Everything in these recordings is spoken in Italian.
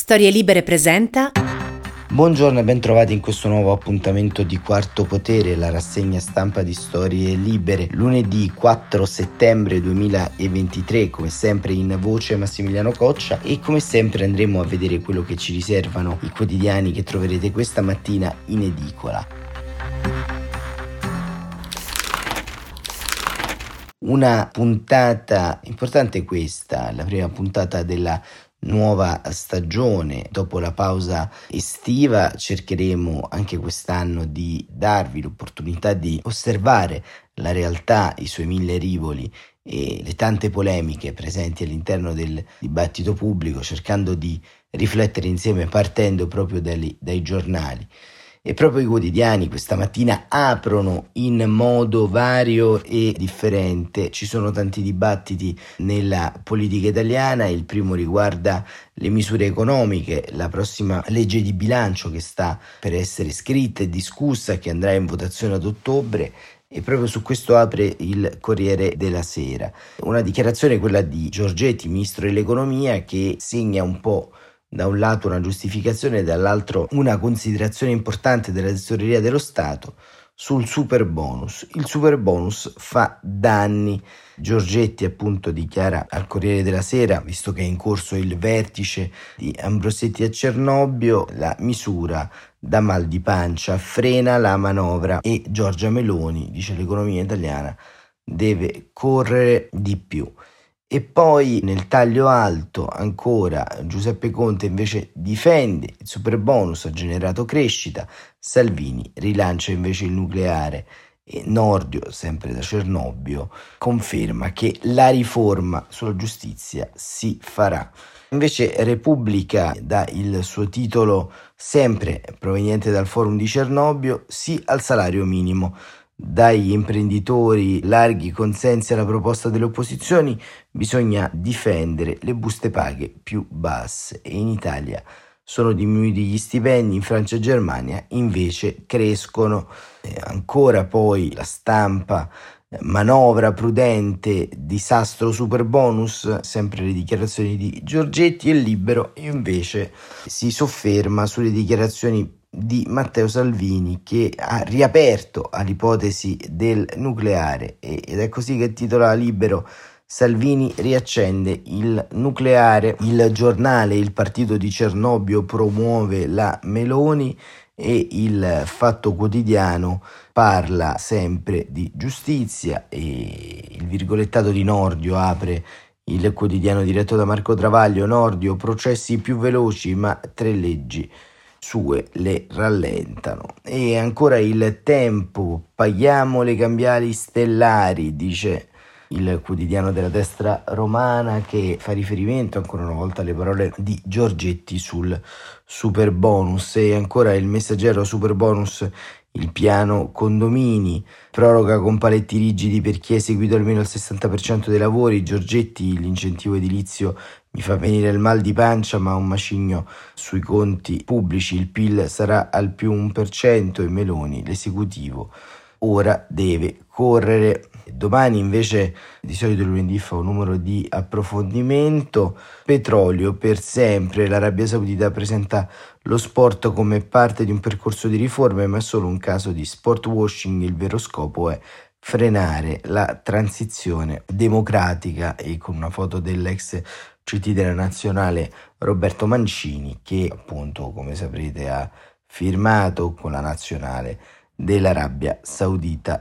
Storie Libere presenta. Buongiorno e ben trovati in questo nuovo appuntamento di Quarto Potere, la rassegna stampa di Storie Libere. Lunedì 4 settembre 2023, come sempre in voce Massimiliano Coccia, e come sempre andremo a vedere quello che ci riservano i quotidiani che troverete questa mattina in edicola. Una puntata importante questa, la prima puntata della nuova stagione. Dopo la pausa estiva cercheremo anche quest'anno di darvi l'opportunità di osservare la realtà, i suoi mille rivoli e le tante polemiche presenti all'interno del dibattito pubblico, cercando di riflettere insieme partendo proprio dai giornali. E proprio i quotidiani questa mattina aprono in modo vario e differente. Ci sono tanti dibattiti nella politica italiana. Il primo riguarda le misure economiche, la prossima legge di bilancio che sta per essere scritta e discussa, che andrà in votazione ad ottobre. E proprio su questo apre il Corriere della Sera. Una dichiarazione, quella di Giorgetti, ministro dell'economia, che segna un po' da un lato una giustificazione e dall'altro una considerazione importante della tesoreria dello Stato sul super bonus. Il super bonus fa danni. Giorgetti appunto dichiara al Corriere della Sera, visto che è in corso il vertice di Ambrosetti a Cernobbio, la misura dà mal di pancia, frena la manovra e Giorgia Meloni, dice l'economia italiana, deve correre di più. E poi nel taglio alto ancora Giuseppe Conte invece difende il super bonus, ha generato crescita, Salvini rilancia invece il nucleare e Nordio, sempre da Cernobbio, conferma che la riforma sulla giustizia si farà. Invece Repubblica dà il suo titolo, sempre proveniente dal forum di Cernobbio, sì al salario minimo. Dagli imprenditori larghi consensi alla proposta delle opposizioni, bisogna difendere le buste paga più basse e in Italia sono diminuiti gli stipendi, in Francia e Germania invece crescono. Ancora poi la Stampa, manovra prudente, disastro super bonus, sempre le dichiarazioni di Giorgetti. E Libero invece si sofferma sulle dichiarazioni di Matteo Salvini, che ha riaperto all'ipotesi del nucleare ed è così che titola Libero: Salvini riaccende il nucleare. Il Giornale, il partito di Cernobbio promuove la Meloni, e il Fatto Quotidiano parla sempre di giustizia e il virgolettato di Nordio apre il quotidiano diretto da Marco Travaglio. Nordio: processi più veloci ma 3 leggi sue le rallentano. E ancora Il Tempo: paghiamo le cambiali stellari, dice il quotidiano della destra romana, che fa riferimento ancora una volta alle parole di Giorgetti sul super bonus. E ancora Il Messaggero: super bonus, il piano condomini, proroga con paletti rigidi per chi ha eseguito almeno il 60% dei lavori. Giorgetti: l'incentivo edilizio mi fa venire il mal di pancia, ma un macigno sui conti pubblici, il PIL sarà al più 1%. E Meloni: l'esecutivo ora deve correre. Domani invece, di solito lunedì fa un numero di approfondimento. Petrolio per sempre, l'Arabia Saudita presenta lo sport come parte di un percorso di riforme, ma è solo un caso di sport washing, il vero scopo è frenare la transizione democratica. E con una foto dell'ex CT della nazionale Roberto Mancini, che appunto, come saprete, ha firmato con la nazionale dell'Arabia Saudita.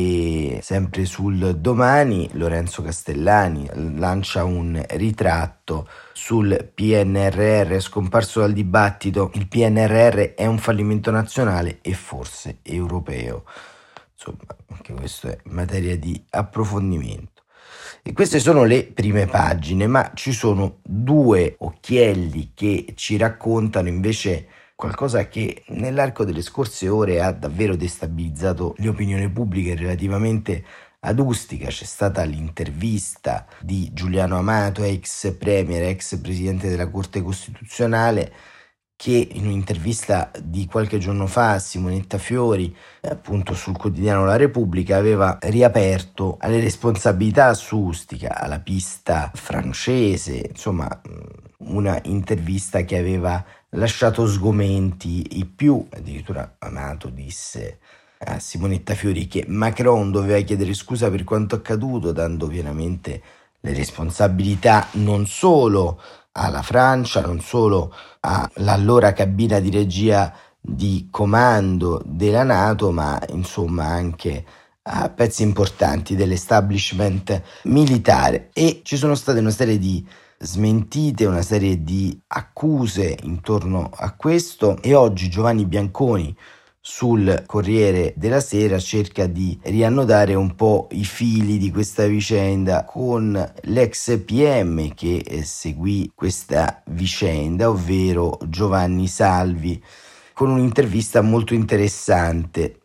E sempre sul Domani, Lorenzo Castellani lancia un ritratto sul PNRR, scomparso dal dibattito. Il PNRR è un fallimento nazionale e forse europeo. Insomma, anche questo è materia di approfondimento. E queste sono le prime pagine, ma ci sono 2 occhielli che ci raccontano invece qualcosa che nell'arco delle scorse ore ha davvero destabilizzato le opinioni pubbliche relativamente ad Ustica. C'è stata l'intervista di Giuliano Amato, ex premier, ex presidente della Corte Costituzionale, che in un'intervista di qualche giorno fa a Simonetta Fiori, appunto sul quotidiano La Repubblica, aveva riaperto alle responsabilità su Ustica, alla pista francese, insomma una intervista che aveva lasciato sgomenti i più. Addirittura Amato disse a Simonetta Fiori che Macron doveva chiedere scusa per quanto accaduto, dando pienamente le responsabilità non solo alla Francia, non solo all'allora cabina di regia di comando della NATO, ma insomma anche a pezzi importanti dell'establishment militare. E ci sono state una serie di smentite, una serie di accuse intorno a questo, e oggi Giovanni Bianconi sul Corriere della Sera cerca di riannodare un po' i fili di questa vicenda con l'ex PM che seguì questa vicenda, ovvero Giovanni Salvi, con un'intervista molto interessante.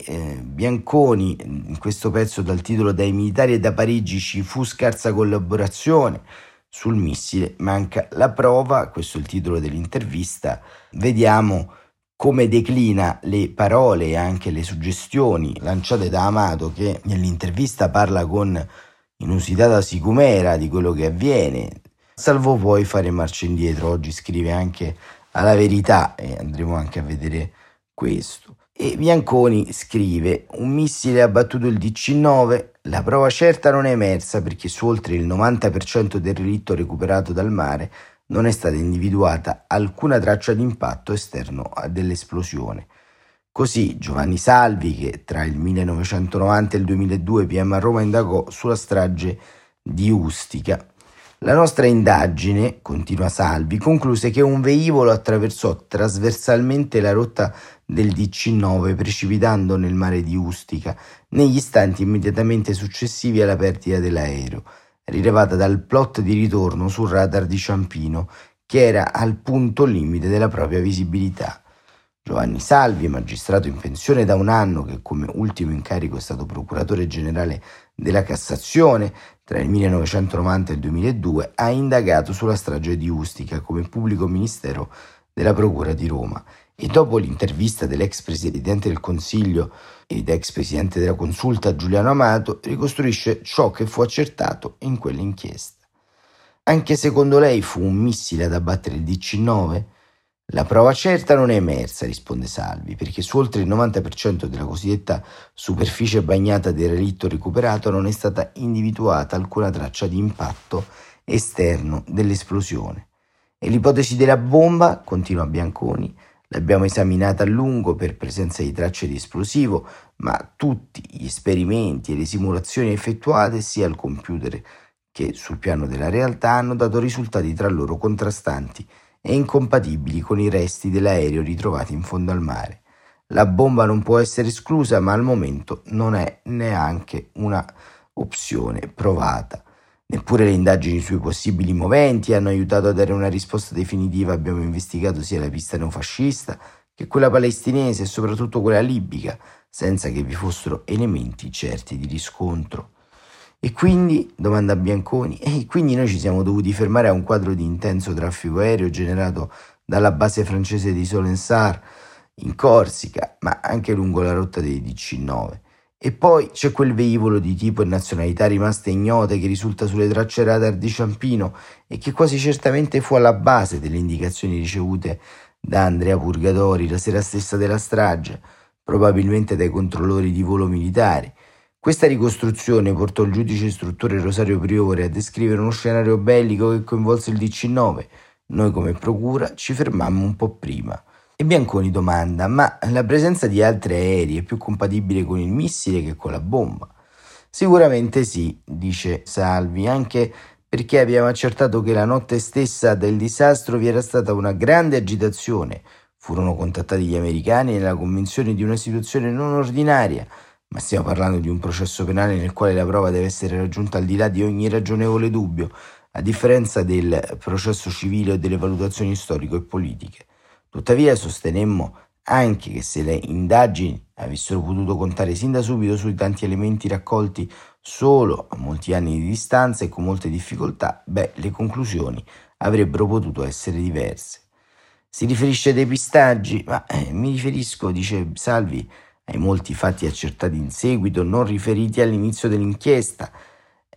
E Bianconi, in questo pezzo dal titolo "Dai militari e da Parigi ci fu scarsa collaborazione", sul missile manca la prova, questo è il titolo dell'intervista. Vediamo come declina le parole e anche le suggestioni lanciate da Amato, che nell'intervista parla con inusitata sicumera di quello che avviene, salvo poi fare marcia indietro. Oggi scrive anche alla Verità e andremo anche a vedere questo. E Bianconi scrive: un missile abbattuto il DC-9, la prova certa non è emersa perché su oltre il 90% del relitto recuperato dal mare non è stata individuata alcuna traccia di impatto esterno dell'esplosione. Così Giovanni Salvi, che tra il 1990 e il 2002 PM a Roma, indagò sulla strage di Ustica. La nostra indagine, continua Salvi, concluse che un velivolo attraversò trasversalmente la rotta del DC-9 precipitando nel mare di Ustica negli istanti immediatamente successivi alla perdita dell'aereo, rilevata dal plot di ritorno sul radar di Ciampino, che era al punto limite della propria visibilità. Giovanni Salvi, magistrato in pensione da un anno che come ultimo incarico è stato procuratore generale della Cassazione tra il 1990 e il 2002, ha indagato sulla strage di Ustica come pubblico ministero della Procura di Roma. E dopo l'intervista dell'ex presidente del Consiglio ed ex presidente della Consulta Giuliano Amato, ricostruisce ciò che fu accertato in quell'inchiesta. Anche secondo lei fu un missile ad abbattere il DC-9? La prova certa non è emersa, risponde Salvi, perché su oltre il 90% della cosiddetta superficie bagnata del relitto recuperato non è stata individuata alcuna traccia di impatto esterno dell'esplosione. E l'ipotesi della bomba, continua Bianconi, l'abbiamo esaminata a lungo per presenza di tracce di esplosivo, ma tutti gli esperimenti e le simulazioni effettuate sia al computer che sul piano della realtà hanno dato risultati tra loro contrastanti e incompatibili con i resti dell'aereo ritrovati in fondo al mare. La bomba non può essere esclusa, ma al momento non è neanche una opzione provata. Neppure le indagini sui possibili moventi hanno aiutato a dare una risposta definitiva. Abbiamo investigato sia la pista neofascista che quella palestinese e soprattutto quella libica, senza che vi fossero elementi certi di riscontro. E quindi, domanda Bianconi, quindi noi ci siamo dovuti fermare a un quadro di intenso traffico aereo generato dalla base francese di Solensar in Corsica, ma anche lungo la rotta dei DC-9. E poi c'è quel velivolo di tipo e nazionalità rimaste ignote che risulta sulle tracce radar di Ciampino e che quasi certamente fu alla base delle indicazioni ricevute da Andrea Purgatori la sera stessa della strage, probabilmente dai controllori di volo militari. Questa ricostruzione portò il giudice istruttore Rosario Priore a descrivere uno scenario bellico che coinvolse il DC-9. Noi come procura ci fermammo un po' prima. E Bianconi domanda: ma la presenza di altri aerei è più compatibile con il missile che con la bomba? Sicuramente sì, dice Salvi, anche perché abbiamo accertato che la notte stessa del disastro vi era stata una grande agitazione. Furono contattati gli americani nella convinzione di una situazione non ordinaria, ma stiamo parlando di un processo penale nel quale la prova deve essere raggiunta al di là di ogni ragionevole dubbio, a differenza del processo civile o delle valutazioni storiche e politiche. Tuttavia sostenemmo anche che se le indagini avessero potuto contare sin da subito sui tanti elementi raccolti solo a molti anni di distanza e con molte difficoltà, le conclusioni avrebbero potuto essere diverse. Si riferisce ai depistaggi? Mi riferisco, dice Salvi, ai molti fatti accertati in seguito, non riferiti all'inizio dell'inchiesta.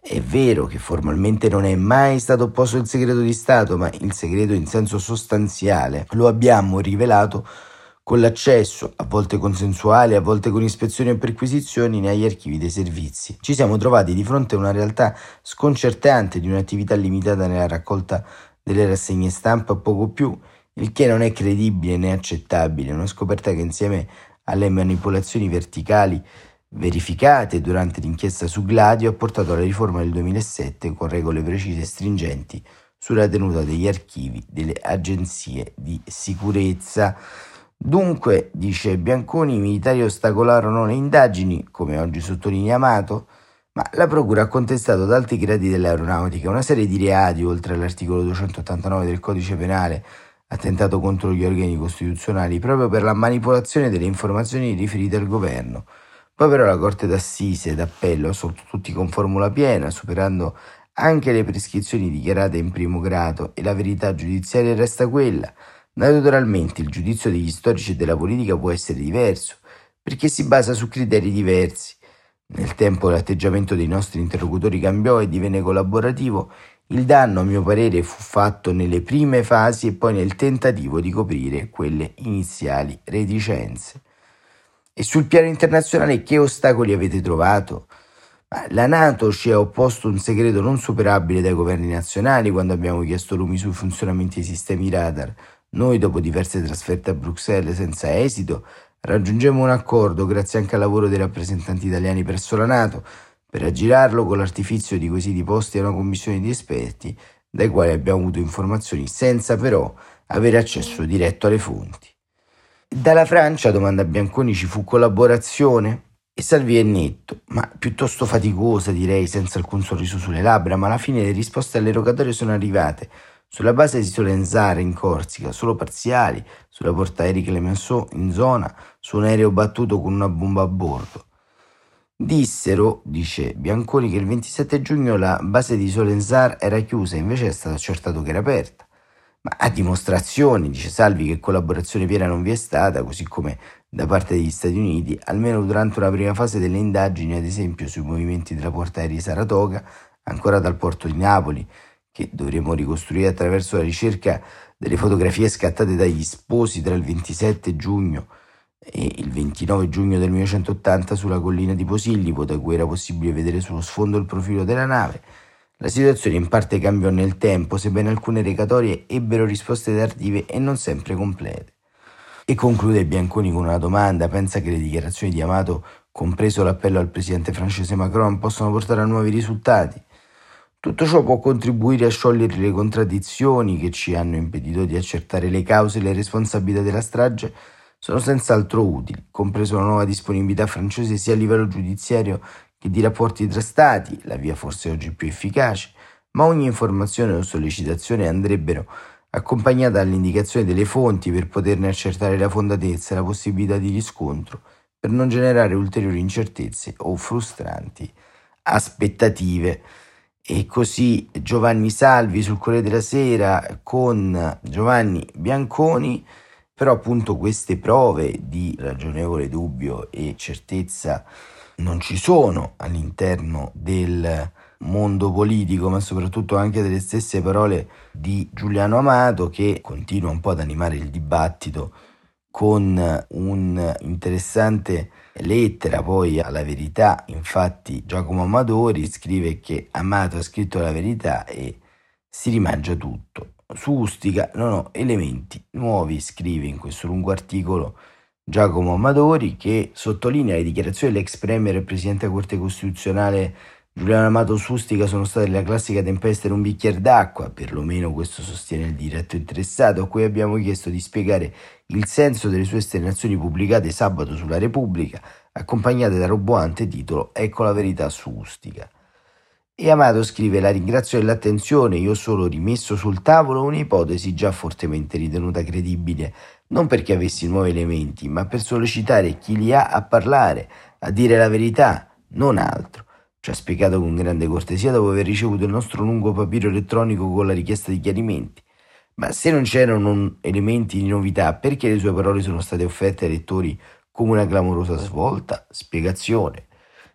È vero che formalmente non è mai stato opposto il segreto di Stato, ma il segreto in senso sostanziale lo abbiamo rivelato con l'accesso, a volte consensuale, a volte con ispezioni e perquisizioni, agli archivi dei servizi. Ci siamo trovati di fronte a una realtà sconcertante di un'attività limitata nella raccolta delle rassegne stampa, poco più, il che non è credibile né accettabile. Una scoperta che insieme alle manipolazioni verticali verificate durante l'inchiesta su Gladio ha portato alla riforma del 2007 con regole precise e stringenti sulla tenuta degli archivi delle agenzie di sicurezza. Dunque, dice Bianconi, i militari ostacolarono le indagini, come oggi sottolinea Amato, ma la Procura ha contestato ad alti gradi dell'aeronautica una serie di reati, oltre all'articolo 289 del Codice Penale, attentato contro gli organi costituzionali, proprio per la manipolazione delle informazioni riferite al governo. Poi però la Corte d'Assise d'Appello ha assolto tutti con formula piena, superando anche le prescrizioni dichiarate in primo grado, e la verità giudiziaria resta quella. Naturalmente il giudizio degli storici e della politica può essere diverso, perché si basa su criteri diversi. Nel tempo l'atteggiamento dei nostri interlocutori cambiò e divenne collaborativo. Il danno, a mio parere, fu fatto nelle prime fasi e poi nel tentativo di coprire quelle iniziali reticenze. E sul piano internazionale che ostacoli avete trovato? La NATO ci ha opposto un segreto non superabile dai governi nazionali quando abbiamo chiesto lumi sui funzionamenti dei sistemi radar. Noi, dopo diverse trasferte a Bruxelles senza esito, raggiungemmo un accordo, grazie anche al lavoro dei rappresentanti italiani presso la NATO, per aggirarlo con l'artifizio di quesiti posti a una commissione di esperti, dai quali abbiamo avuto informazioni senza però avere accesso diretto alle fonti. Dalla Francia, domanda Bianconi, ci fu collaborazione? E Salvi è netto, ma piuttosto faticosa, direi, senza alcun sorriso sulle labbra, ma alla fine le risposte alle rogatorie sono arrivate sulla base di Solenzara in Corsica, solo parziali, sulla portaerei Clemenceau in zona, su un aereo battuto con una bomba a bordo. Dissero, dice Bianconi, che il 27 giugno la base di Solenzar era chiusa, invece è stato accertato che era aperta. Ma a dimostrazione, dice Salvi, che collaborazione piena non vi è stata, così come da parte degli Stati Uniti, almeno durante una prima fase delle indagini, ad esempio sui movimenti della portaerei Saratoga, ancora dal porto di Napoli, che dovremo ricostruire attraverso la ricerca delle fotografie scattate dagli sposi tra il 27 giugno e il 29 giugno del 1980 sulla collina di Posillipo, da cui era possibile vedere sullo sfondo il profilo della nave. La situazione in parte cambiò nel tempo, sebbene alcune recatorie ebbero risposte tardive e non sempre complete. E conclude Bianconi con una domanda: pensa che le dichiarazioni di Amato, compreso l'appello al presidente francese Macron, possano portare a nuovi risultati? Tutto ciò può contribuire a sciogliere le contraddizioni che ci hanno impedito di accertare le cause e le responsabilità della strage. Sono senz'altro utili, compreso la nuova disponibilità francese sia a livello giudiziario che di rapporti tra stati, la via forse oggi più efficace, ma ogni informazione o sollecitazione andrebbero accompagnata dall'indicazione delle fonti per poterne accertare la fondatezza e la possibilità di riscontro, per non generare ulteriori incertezze o frustranti aspettative. E così Giovanni Salvi sul Corriere della Sera con Giovanni Bianconi. Però appunto queste prove di ragionevole dubbio e certezza non ci sono all'interno del mondo politico, ma soprattutto anche delle stesse parole di Giuliano Amato, che continua un po' ad animare il dibattito con un'interessante lettera poi alla Verità. Infatti Giacomo Amadori scrive che Amato ha scritto la verità e si rimangia tutto. Su Ustica non ho elementi nuovi, scrive in questo lungo articolo Giacomo Amadori, che sottolinea le dichiarazioni dell'ex premier e presidente della Corte Costituzionale Giuliano Amato su Ustica sono state la classica tempesta in un bicchiere d'acqua, perlomeno questo sostiene il diretto interessato, a cui abbiamo chiesto di spiegare il senso delle sue esternazioni pubblicate sabato sulla Repubblica, accompagnate dal roboante titolo Ecco la verità su Ustica. E Amato scrive: la ringrazio dell'attenzione, io ho solo rimesso sul tavolo un'ipotesi già fortemente ritenuta credibile, non perché avessi nuovi elementi, ma per sollecitare chi li ha a parlare, a dire la verità, non altro. Ci ha spiegato con grande cortesia dopo aver ricevuto il nostro lungo papiro elettronico con la richiesta di chiarimenti. Ma se non c'erano elementi di novità, perché le sue parole sono state offerte ai lettori come una clamorosa svolta? Spiegazione.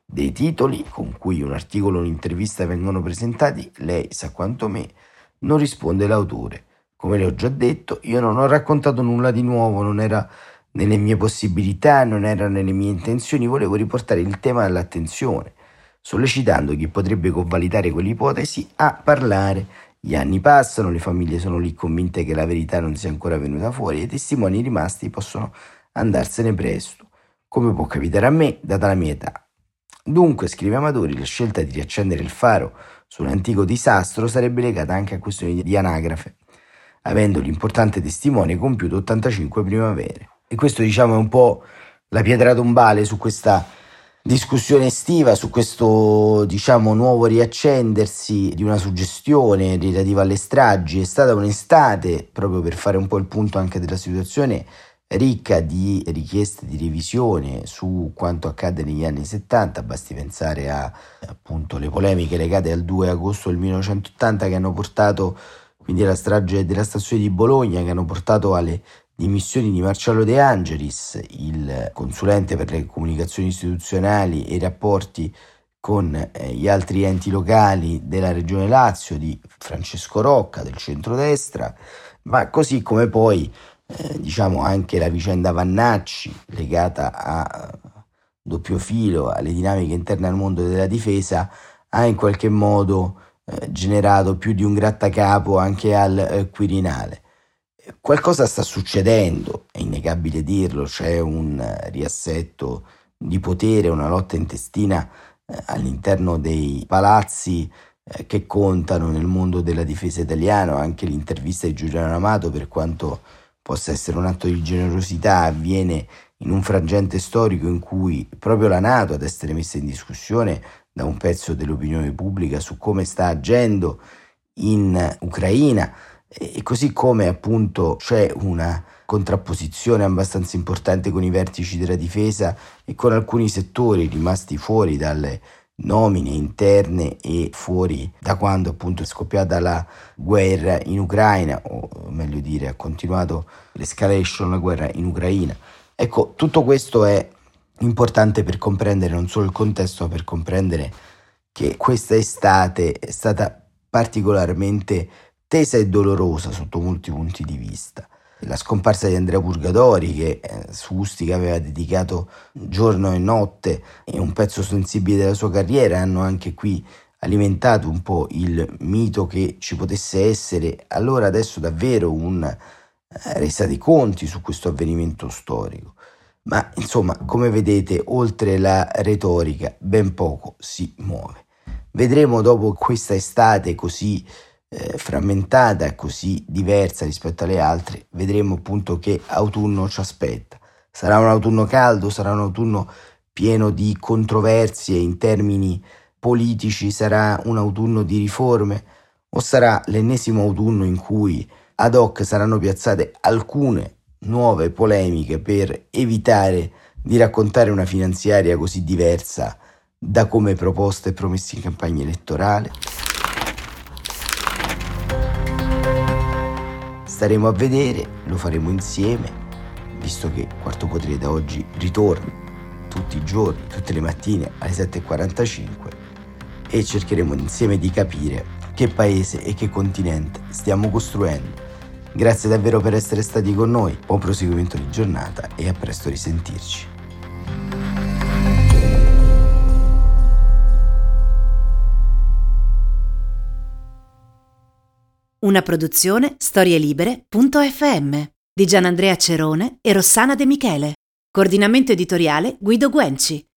dei titoli con cui un articolo o un'intervista vengono presentati, lei sa quanto me, non risponde l'autore. Come le ho già detto, io non ho raccontato nulla di nuovo, non era nelle mie possibilità, non era nelle mie intenzioni, volevo riportare il tema all'attenzione, sollecitando chi potrebbe convalidare quell'ipotesi a parlare. Gli anni passano, le famiglie sono lì convinte che la verità non sia ancora venuta fuori e i testimoni rimasti possono andarsene presto, come può capitare a me, data la mia età. Dunque, scrive Amadori, la scelta di riaccendere il faro su un antico disastro sarebbe legata anche a questioni di anagrafe, avendo l'importante testimone compiuto 85 primavere. E questo, diciamo, è un po' la pietra tombale su questa discussione estiva, su questo, diciamo, nuovo riaccendersi di una suggestione relativa alle stragi. È stata un'estate, proprio per fare un po' il punto anche della situazione, ricca di richieste di revisione su quanto accadde negli anni 70, basti pensare a appunto le polemiche legate al 2 agosto del 1980 che hanno portato quindi alla strage della stazione di Bologna, che hanno portato alle dimissioni di Marcello De Angelis, il consulente per le comunicazioni istituzionali e i rapporti con gli altri enti locali della Regione Lazio, di Francesco Rocca del centrodestra, ma così come poi diciamo anche la vicenda Vannacci legata a doppio filo alle dinamiche interne al mondo della difesa ha in qualche modo generato più di un grattacapo anche al Quirinale. Qualcosa sta succedendo, è innegabile dirlo, c'è un riassetto di potere, una lotta intestina all'interno dei palazzi che contano nel mondo della difesa italiano. Anche l'intervista di Giuliano Amato, per quanto possa essere un atto di generosità, avviene in un frangente storico in cui proprio la NATO ad essere messa in discussione da un pezzo dell'opinione pubblica su come sta agendo in Ucraina, e così come appunto c'è una contrapposizione abbastanza importante con i vertici della difesa e con alcuni settori rimasti fuori dalle nomine interne e fuori da quando appunto è scoppiata la guerra in Ucraina, o meglio dire ha continuato l'escalation, la guerra in Ucraina. Ecco, tutto questo è importante per comprendere non solo il contesto, ma per comprendere che questa estate è stata particolarmente tesa e dolorosa sotto molti punti di vista. La scomparsa di Andrea Purgatori, che su Ustica aveva dedicato giorno e notte e un pezzo sensibile della sua carriera, hanno anche qui alimentato un po' il mito che ci potesse essere allora adesso davvero un resa dei conti su questo avvenimento storico. Ma insomma, come vedete, oltre la retorica ben poco si muove. Vedremo dopo questa estate così frammentata e così diversa rispetto alle altre, vedremo appunto che autunno ci aspetta. Sarà un autunno caldo, sarà un autunno pieno di controversie in termini politici, sarà un autunno di riforme o sarà l'ennesimo autunno in cui ad hoc saranno piazzate alcune nuove polemiche per evitare di raccontare una finanziaria così diversa da come proposta e promessa in campagna elettorale? Staremo a vedere, lo faremo insieme, visto che Quarto Potere da oggi ritorna tutti i giorni, tutte le mattine alle 7:45 e cercheremo insieme di capire che paese e che continente stiamo costruendo. Grazie davvero per essere stati con noi, buon proseguimento di giornata e a presto risentirci. Una produzione storielibere.fm di Gianandrea Cerone e Rossana De Michele. Coordinamento editoriale Guido Guenci.